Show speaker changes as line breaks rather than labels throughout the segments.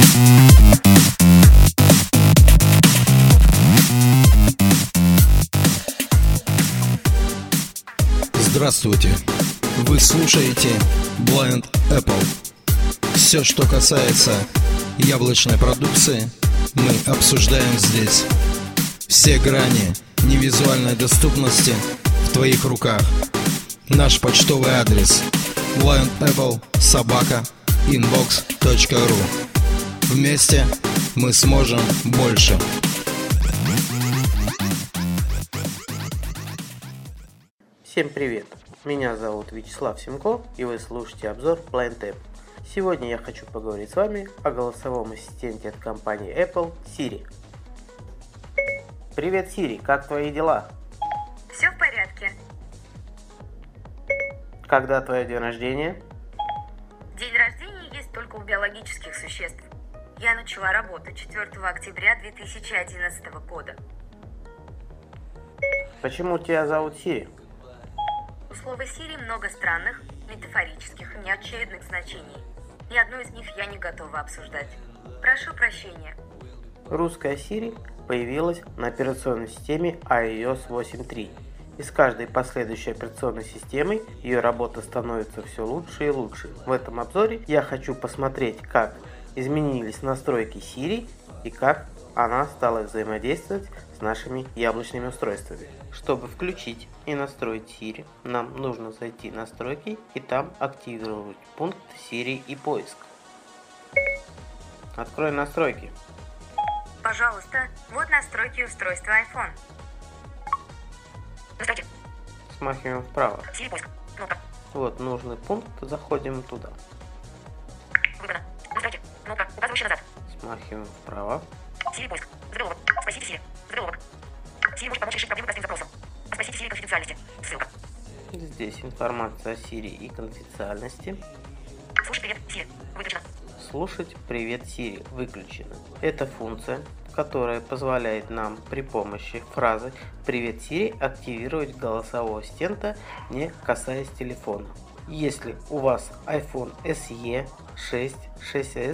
Здравствуйте! Вы слушаете Blind Apple. Все, что касается яблочной продукции, мы обсуждаем здесь. Все грани невизуальной доступности в твоих руках. Наш почтовый адрес blindapple@inbox.ru. Вместе мы сможем больше.
Всем привет! Меня зовут Вячеслав Семко, и вы слушаете обзор Blind Apple. Сегодня я хочу поговорить с вами о голосовом ассистенте от компании Apple Siri. Привет, Siri, как твои дела?
Все в порядке.
Когда твой день рождения?
День рождения есть только у биологических существ. Я начала работать 4 октября 2011 года.
Почему тебя зовут Siri?
У слова Siri много странных, метафорических и неочевидных значений. Ни одно из них я не готова обсуждать. Прошу прощения.
Русская Siri появилась на операционной системе iOS 8.3. И с каждой последующей операционной системой ее работа становится все лучше и лучше. В этом обзоре я хочу посмотреть, как изменились настройки Siri и как она стала взаимодействовать с нашими яблочными устройствами. Чтобы включить и настроить Siri, нам нужно зайти в настройки и там активировать пункт Siri и поиск. Открой настройки.
Пожалуйста, вот настройки устройства iPhone. Настройки.
Смахиваем вправо.
Siri поиск. Кнопка.
Вот нужный пункт, заходим туда.
Выбрано. Настройки. Кнопка, указывающая назад.
Смахиваем вправо.
Siri поиск. Заголовок. Спросите Siri. Заголовок. Siri может помочь решить проблему простым запросом. Спросите Siri конфиденциальности. Ссылка.
Здесь информация о Siri и конфиденциальности.
Слушай, привет, Siri. Выключено.
Слушать «Привет, Siri» выключено. Это функция, которая позволяет нам при помощи фразы «Привет, Siri» активировать голосового ассистента, не касаясь телефона. Если у вас iPhone SE, 6, 6s,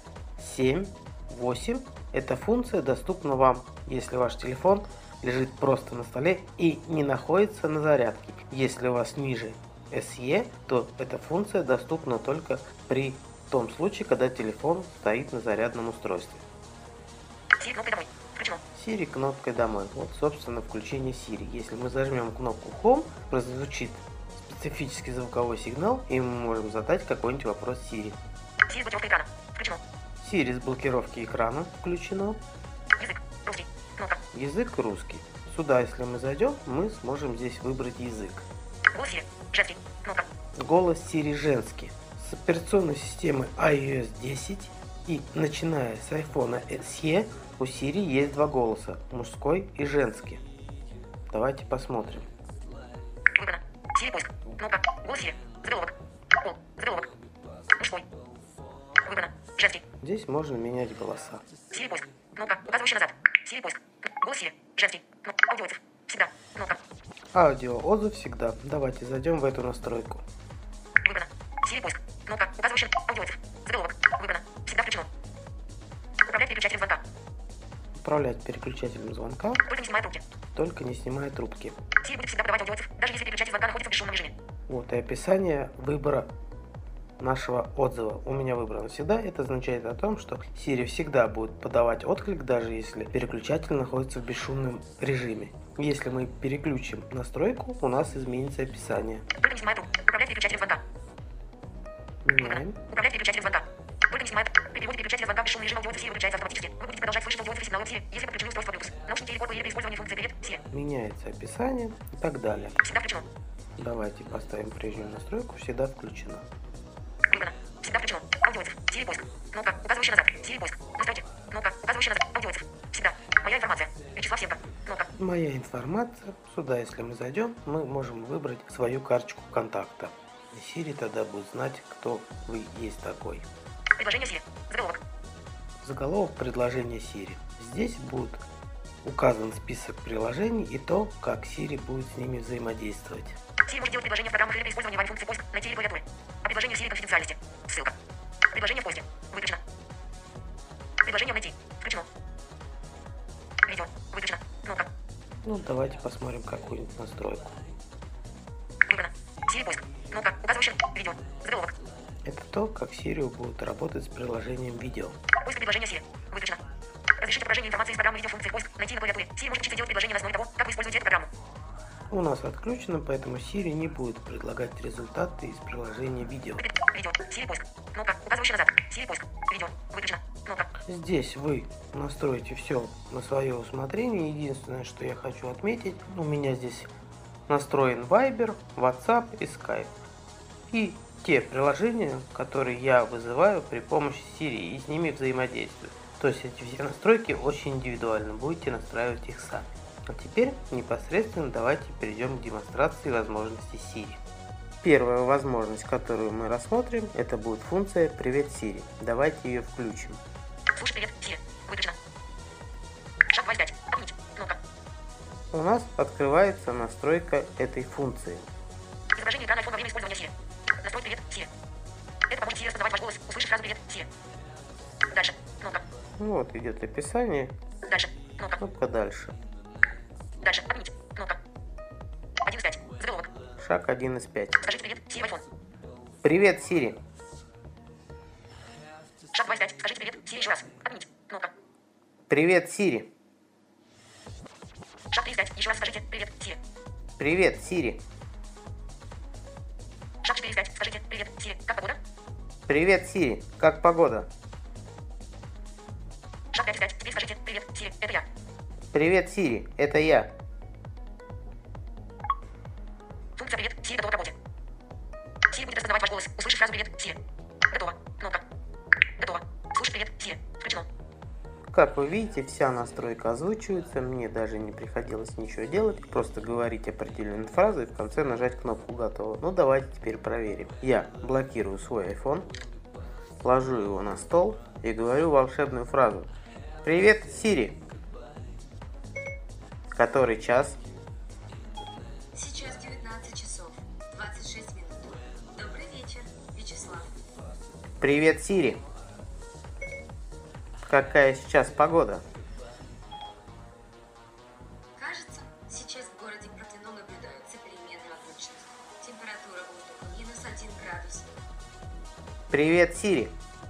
7, 8, эта функция доступна вам, если ваш телефон лежит просто на столе и не находится на зарядке. Если у вас ниже SE, то эта функция доступна только при том случае, когда телефон стоит на зарядном устройстве.
Siri кнопкой домой. Включено.
Siri кнопкой домой. Вот, собственно, включение Siri. Если мы зажмем кнопку Home, прозвучит специфический звуковой сигнал, и мы можем задать какой-нибудь вопрос Siri.
Siri с блокировкой экрана. Включено.
Siri с блокировки экрана включено.
Язык. Русский. Кнопка.
Язык русский. Сюда, если мы зайдем, мы сможем здесь выбрать язык.
Голос Siri. Женский. Кнопка.
Голос Siri женский. С операционной системы iOS 10 и начиная с iPhone SE у Siri есть два голоса, мужской и женский. Давайте посмотрим.
Выбрано. Siri поиск. Кнопка. Голос Siri. Заголовок. Пол. Заголовок. Мужской. Выбрано. Женский.
Здесь можно менять голоса.
Siri поиск. Кнопка, указывающая назад. Siri поиск. Голос Siri. Женский. Кнопка. Аудиоотзыв. Всегда. Кнопка.
Аудиоотзыв всегда. Давайте зайдем в эту настройку.
Выбрано. Siri поиск. Кнопка, указывающая аудиоотзыв. Заголовок. Выбрано. Всегда включено. Управлять переключателем звонка.
Управлять переключателем звонка,
Только не снимая трубки.
только не снимая трубки.
Siri будет всегда подавать аудиоотзыв, даже если переключатель звонка находится в бесшумном режиме.
Вот и описание выбора нашего отзыва у меня выбрано всегда. Это означает о том, что Siri всегда будет подавать отклик, даже если переключатель находится в бесшумном режиме. Если мы переключим настройку, у нас изменится описание.
Только не снимая трубки. Управлять переключателем звонка.
Меняем.
Управлять переключателем звонка. Только не снимая при переводе переключателя звонка в бесшумный режим аудиоотзыв Siri выключается автоматически. Вы будете продолжать слышать аудиоотзыв сигнала Siri, если подключили устройство Bluetooth. Наушники или код при использовании функции «Привет, Siri».
Меняется описание и так далее.
Всегда включено.
Давайте поставим прежнюю настройку «Всегда включено».
Выбрано. Всегда включено. Аудиоотзыв. Siri поиск. Кнопка, указывающая назад. Siri поиск. Настройки. Кнопка, указывающая назад. Аудиоотзыв. Всегда. Моя информация. Вячеслав Семко. Кнопка.
Моя информация. Сюда, если мы зайдем, мы можем выбрать свою карточку контакта. И Siri тогда будет знать, кто вы есть такой.
Предложение Siri. Заголовок.
Заголовок предложения Siri. Здесь будет указан список приложений и то, как Siri будет с ними взаимодействовать.
Siri может делать предложения в программах или при использовании вами функции поиск, найти или клавиатуры. А предложение Siri конфиденциальности. Ссылка. Предложение в поиске. Выключено. приложением найти. Включено. Видео. Выключено. Кнопка.
Ну, давайте посмотрим какую-нибудь настройку.
Выбрано. Siri поиск. Кнопка, указывающая видео. Заголовок.
Это то, как Siri будет работать с приложением видео.
Поиск предложения Siri. Выключено. Разрешить отображение информации из программы видеофункции поиск. Найти на клавиатуре. Siri может учиться делать предложения на основе того, как вы используете эту программу.
У нас отключено, поэтому Siri не будет предлагать результаты из приложения видео.
Видео. Siri поиск. Кнопка, указывающая назад. Siri поиск. Видео. Выключено. Кнопка.
Здесь вы настроите все на свое усмотрение. Единственное, что я хочу отметить, у меня здесь настроен Viber, WhatsApp и Skype. И те приложения, которые я вызываю при помощи Siri и с ними взаимодействую. То есть эти все настройки очень индивидуальны, будете настраивать их сами. А теперь непосредственно давайте перейдем к демонстрации возможностей Siri. Первая возможность, которую мы рассмотрим, это будет функция «Привет, Siri». Давайте ее включим.
Слушай, привет, Siri. Выключено. Шаг 25. Отменить. Кнопка.
У нас открывается настройка этой функции.
Изображение экрана iPhone во время использования Siri. Настрой привет, Siri. Это поможет Siri распознавать ваш голос. Услышишь фразу привет, Siri. Дальше. Кнопка.
Вот идет описание.
Дальше. Кнопка.
Кнопка «Дальше».
Дальше. Отменить. Кнопка. 1 из 5. Заголовок.
Шаг 1 из 5.
Скажите привет, Siri в iPhone.
Привет, Siri.
Шаг 2 из 5. Скажите привет, Siri еще раз. Отменить. Кнопка.
Привет, Siri.
Шаг 3 из 5. Еще раз скажите привет, Siri.
Привет, Siri.
Шаг 4 из 5. Скажите привет, Siri. Как погода?
Привет, Siri. Как погода?
Шаг 5 из 5. Теперь скажите привет, Siri. Это я.
Привет, Siri. Это я.
Функция привет, Siri готова к работе. Siri будет распознавать ваш голос. Услышишь фразу привет, Siri. Готово. Кнопка. Готово. Слушай привет, Siri. Включено.
Как вы видите, вся настройка озвучивается, мне даже не приходилось ничего делать, просто говорить определенную фразу и в конце нажать кнопку «Готово». Ну давайте теперь проверим. Я блокирую свой iPhone, ложу его на стол и говорю волшебную фразу. Привет, Siri. Который час?
Сейчас 19 часов 26 минут. Добрый вечер, Вячеслав.
Привет, Siri. Какая сейчас погода?
Кажется, сейчас в городе Протвино наблюдается переменная облачность. Температура воздуха минус 1 градус.
Привет, Siri.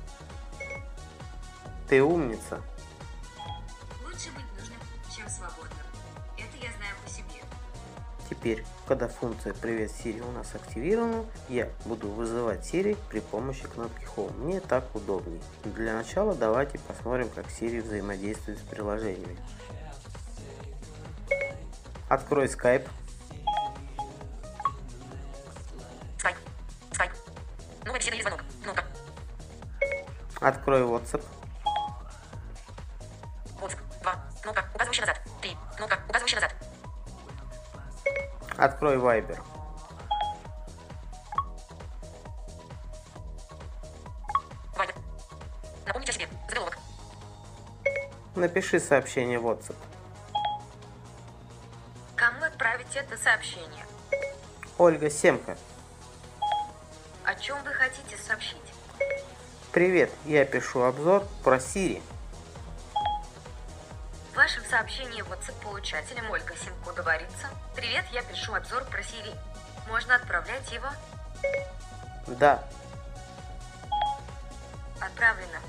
Ты умница.
Лучше быть нужным, чем свободным. Это я знаю по себе.
Теперь, когда функция «Привет, Siri» у нас активирована, я буду вызывать Siri при помощи кнопки Home. Мне так удобнее. Для начала давайте посмотрим, как Siri взаимодействует с приложениями. Открой Skype.
Skype. Skype. Новая беседа или звонок. Кнопка.
Открой WhatsApp.
WhatsApp. 2. Кнопка, указывающая назад. 3. Кнопка, указывающая назад.
Открой Viber.
Viber. Напомните о себе. Заголовок.
Напиши сообщение в WhatsApp.
Кому отправить это сообщение?
Ольга Семка.
О чем вы хотите сообщить?
Привет, я пишу обзор про Siri.
В вашем сообщении в WhatsApp получателем Ольга Симко говорится: «Привет, я пишу обзор про Siri». Можно отправлять его?
Да.
Отправлено.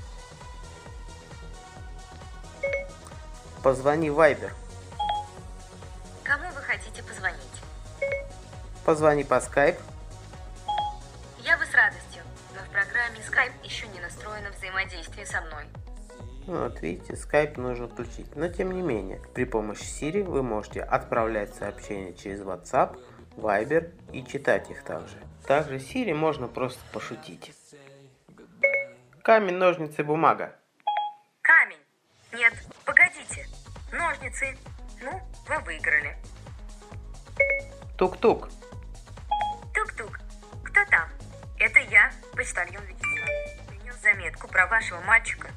Позвони в Viber.
Кому вы хотите позвонить?
Позвони по Skype.
Я бы с радостью, но в программе Skype еще не настроено взаимодействие со мной.
Вот видите, Skype нужно включить. Но тем не менее, при помощи Siri вы можете отправлять сообщения через WhatsApp, Viber и читать их также. Также Siri можно просто пошутить. Камень, ножницы, бумага.
Камень. Нет, погодите. Ножницы. Ну, вы выиграли.
Тук-тук.
Тук-тук. Кто там? Это я, почтальон Вячеслав. Принес заметку про вашего мальчика.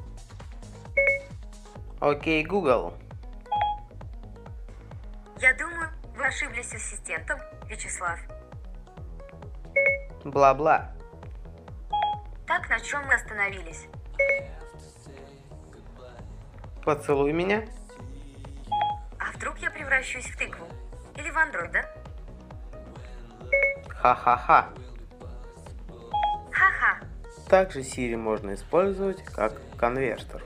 Окей, Google.
Я думаю, вы ошиблись ассистентом, Вячеслав.
Бла-бла.
Так, на чем мы остановились?
Поцелуй меня.
А вдруг я превращусь в тыкву? Или в андроида?
Ха-ха-ха.
Ха-ха.
Также Siri можно использовать как конвертер.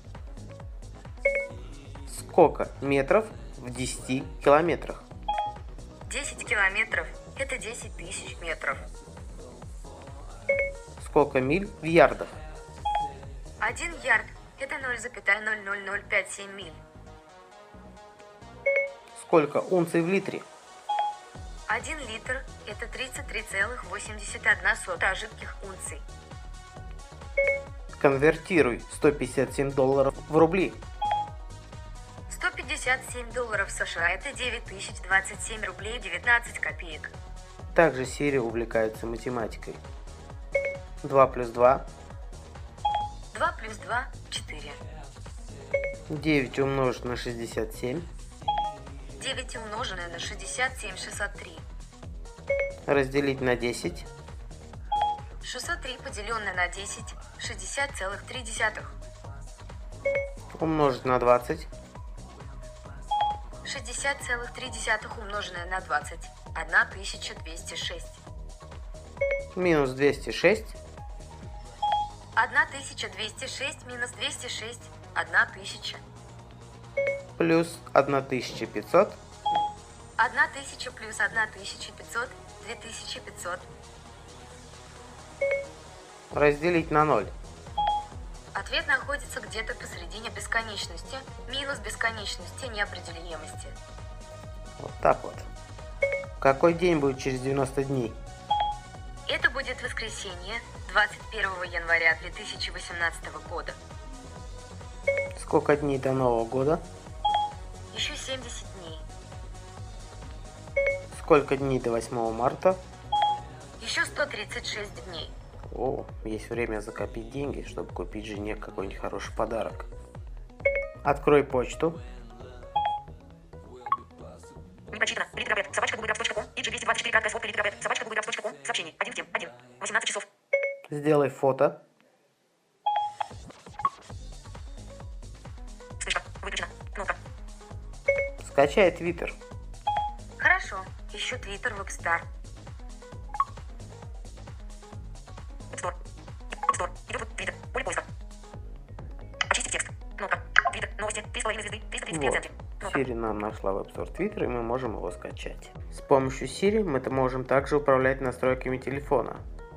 Сколько метров в 10 километрах?
10 километров – это 10 тысяч метров.
Сколько миль в ярдах?
1 ярд – это 0,00057 миль.
Сколько унций в литре?
1 литр – это 33,81 жидких унций.
Конвертируй $157 в рубли.
$157 США – это 9027 рублей 19 копеек.
Также Siri увлекается математикой. 2 плюс 2.
2 плюс 2 – 4.
9 умножить на 67.
9 умноженное на 67 – 603.
Разделить на 10.
603 поделенное на 10 – 60,3.
Умножить на 20.
60,3 умноженное на 20 – 1206.
Минус 206.
1206 минус 206 – 1000.
Плюс 1500.
1000 плюс 1500 – 2500.
Разделить на 0.
Ответ находится где-то посередине бесконечности минус бесконечности неопределяемости.
Вот так вот. Какой день будет через 90 дней?
Это будет воскресенье, 21 января 2018 года.
Сколько дней до Нового года?
Еще 70 дней.
Сколько дней до 8 марта?
Еще 136 дней.
О, есть время закопить деньги, чтобы купить жене какой-нибудь хороший подарок. Открой почту.
Не прочитано. @собачка.google.com и G224 краткая сводка @собачка.google.com. Сообщение. 1 в тем. 1. 18 часов.
Сделай фото.
Вспышка. Выключена. Кнопка.
Скачай Твиттер.
Хорошо. Ищу Twitter в App Store.
App Store. App Store. Идет вот Твиттер. Поле поиска. Очистить текст. Кнопка. Твиттер. Новости. 3,5 звезды. 333
Вот.
оценки. Кнопка.
Siri нам нашла в App Store Twitter, и мы можем его скачать. С помощью Siri мы можем также управлять настройками телефона.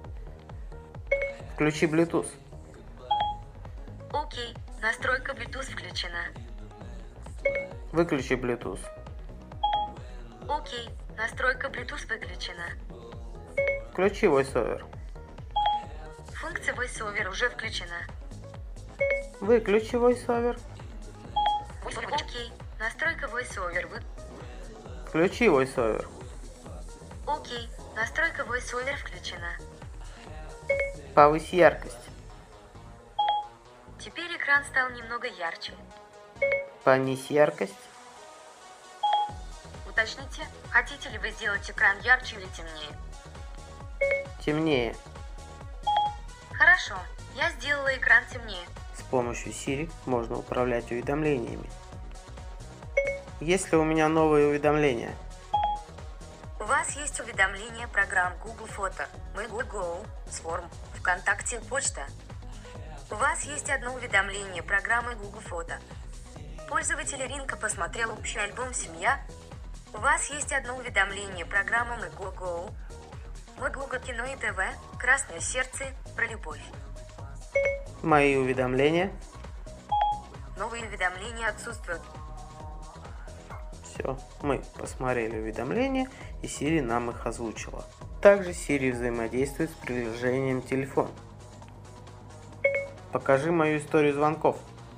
Включи Bluetooth.
Окей. Настройка Bluetooth включена.
Выключи Bluetooth.
Окей. Настройка Bluetooth выключена.
Включи VoiceOver.
Функция VoiceOver уже включена.
Выключи VoiceOver.
Окей. Настройка VoiceOver
Включи VoiceOver.
Окей. Настройка VoiceOver включена.
Повысь яркость.
Теперь экран стал немного ярче.
Понизь яркость.
Уточните, хотите ли вы сделать экран ярче или темнее?
Темнее.
Хорошо. Я сделала экран темнее.
С помощью Siri можно управлять уведомлениями. Есть ли у меня новые уведомления?
У вас есть уведомления программ Google Фото, Google Go, Swarm, ВКонтакте, Почта. У вас есть одно уведомление программы Google Фото. Пользователь Ринка посмотрел общий альбом «Семья». У вас есть одно уведомление программы Google Go, Google Кино и ТВ, Красное сердце, про любовь.
Мои уведомления.
Новые уведомления отсутствуют.
Все, мы посмотрели уведомления, и Siri нам их озвучила. Также Siri взаимодействует с приложением телефон. Покажи мою историю звонков.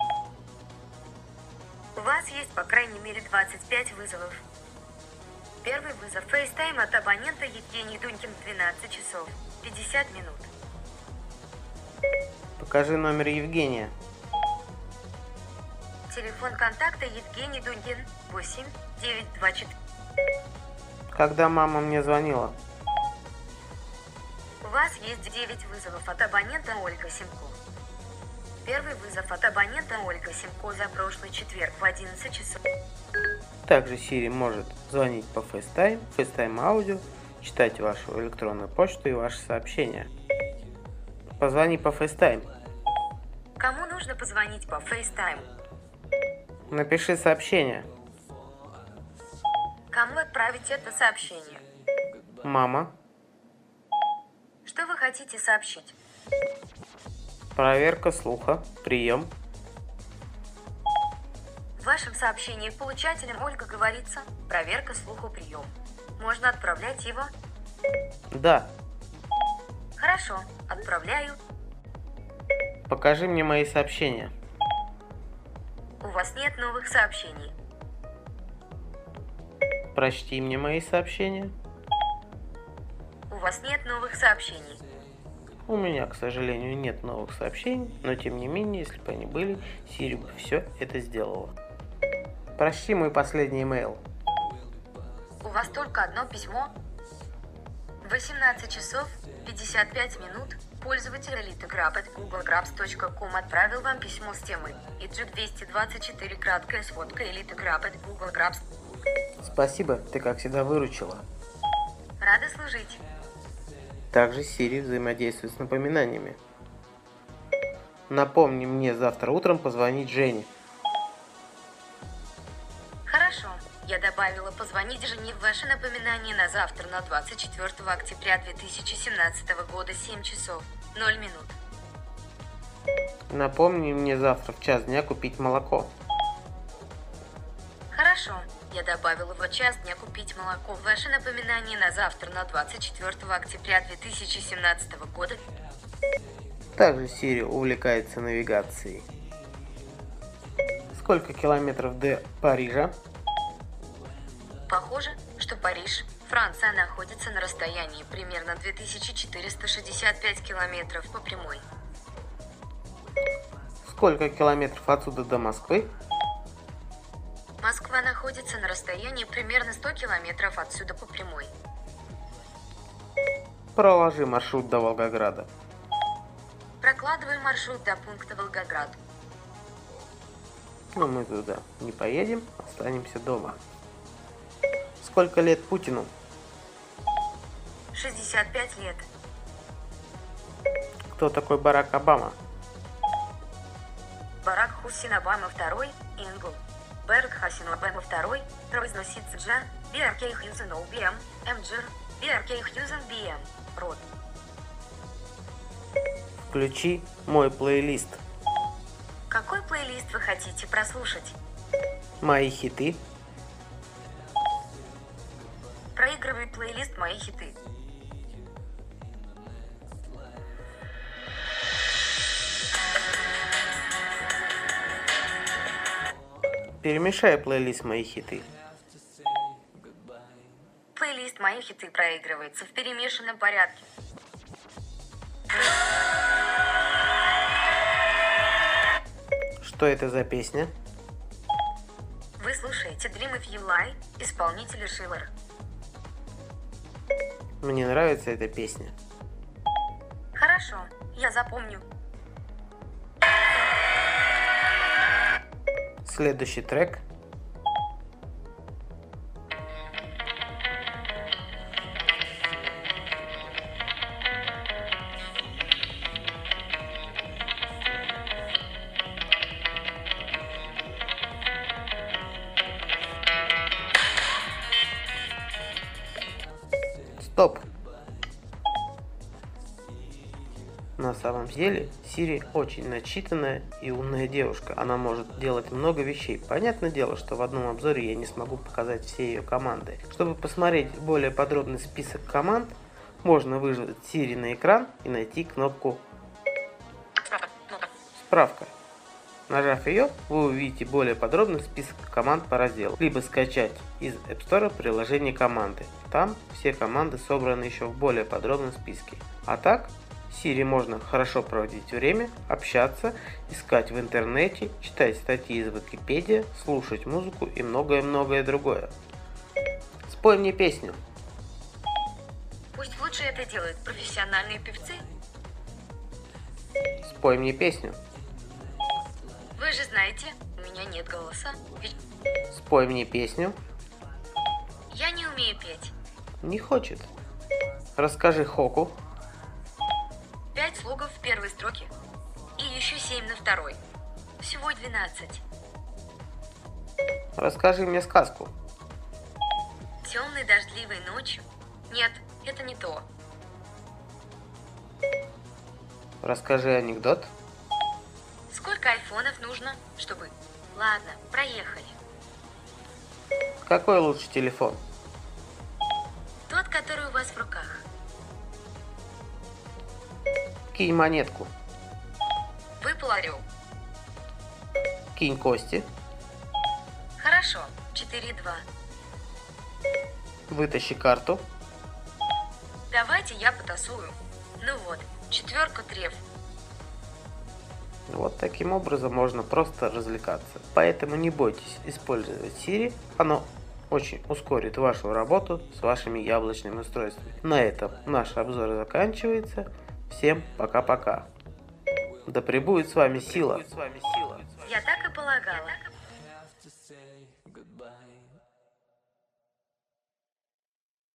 У вас есть по крайней мере 25 вызовов. Первый вызов FaceTime от абонента Евгений Дунькин 12 часов 50 минут.
Покажи номер Евгения.
Телефон контакта Евгений Дунькин 8 924.
Когда мама мне звонила.
У вас есть 9 вызовов от абонента Ольга Симко. Первый вызов от абонента Ольга Симко за прошлый четверг в 11 часов.
Также Siri может звонить по FaceTime, FaceTime аудио, читать вашу электронную почту и ваши сообщения. Позвони по FaceTime.
Кому нужно позвонить по FaceTime?
Напиши сообщение.
Кому отправить это сообщение?
Мама.
Что вы хотите сообщить?
Проверка слуха. Прием.
В вашем сообщении получателем Ольга говорится «Проверка слуху прием». Можно отправлять его?
Да.
Хорошо, отправляю.
Покажи мне мои сообщения.
У вас нет новых сообщений.
Прочти мне мои сообщения.
У вас нет новых сообщений.
У меня, к сожалению, нет новых сообщений, но тем не менее, если бы они были, Siri бы все это сделала. Прочти мой последний имейл.
У вас только одно письмо. 18 часов 55 минут. Пользователь elitegrab@googlegrabs.com отправил вам письмо с темой EG224 краткая сводка elitegrab@googlegrabs.
Спасибо, ты как всегда выручила.
Рада служить.
Также Siri взаимодействует с напоминаниями. Напомни мне завтра утром позвонить Жене.
Хорошо. Я добавила позвонить Жене в ваше напоминание на завтра, на 24 октября 2017 года, 7 часов 0 минут.
Напомни мне завтра в час дня купить молоко.
Хорошо. Я добавила в час дня купить молоко в ваше напоминание на завтра, на 24 октября 2017 года.
Также Siri увлекается навигацией. Сколько километров до Парижа?
Похоже, что Париж, Франция, находится на расстоянии примерно 2465 километров по прямой.
Сколько километров отсюда до Москвы?
Москва находится на расстоянии примерно 100 километров отсюда по прямой.
Проложи маршрут до Волгограда.
Прокладывай маршрут до пункта Волгоград.
Но мы туда не поедем, останемся дома. Сколько лет Путину?
65 лет.
Кто такой Барак Обама?
Барак Хусейн Обама II, Ингл. Барак Хусейн Обама II, произносится Джа, Биаркей Хьюзен ОБМ, Мджир, Биаркей Хьюзен БМ, род.
Включи мой плейлист.
Какой плейлист вы хотите прослушать?
Мои хиты.
Проигрывай плейлист «Мои хиты».
Перемешай плейлист «Мои хиты».
Плейлист «Мои хиты» проигрывается в перемешанном порядке.
Что это за песня?
Вы слушаете Dream If You Lie, исполнителя Шиллер.
Мне нравится эта песня.
Хорошо, я запомню.
Следующий трек. Стоп. На самом деле, Siri очень начитанная и умная девушка. Она может делать много вещей. Понятное дело, что в одном обзоре я не смогу показать все ее команды. Чтобы посмотреть более подробный список команд, можно выжать Siri на экран и найти кнопку «Справка». Нажав ее, вы увидите более подробный список команд по разделу. Либо скачать из App Store приложение команды. Там все команды собраны еще в более подробном списке. А так, Siri можно хорошо проводить время, общаться, искать в интернете, читать статьи из Википедии, слушать музыку и многое-многое другое. Спой мне песню.
Пусть лучше это делают профессиональные певцы.
Спой мне песню.
Вы же знаете, у меня нет голоса. Ведь
Спой мне песню.
я не умею петь.
Не хочет. Расскажи хоку.
5 слогов в первой строке. И еще 7 на второй. Всего 12.
Расскажи мне сказку.
Темной дождливой ночью. Нет, это не то.
Расскажи анекдот.
Сколько айфонов нужно, чтобы... Ладно, проехали.
Какой лучше телефон?
Тот, который у вас в руках.
Кинь монетку.
Выпал орел.
Кинь кости.
Хорошо, 4-2.
Вытащи карту.
Давайте я потасую. Ну вот, 4 треф.
Вот таким образом можно просто развлекаться. Поэтому не бойтесь использовать Siri. Оно очень ускорит вашу работу с вашими яблочными устройствами. На этом наш обзор заканчивается. Всем пока-пока. Да пребудет с вами сила.
Я так и полагала.
have to say goodbye.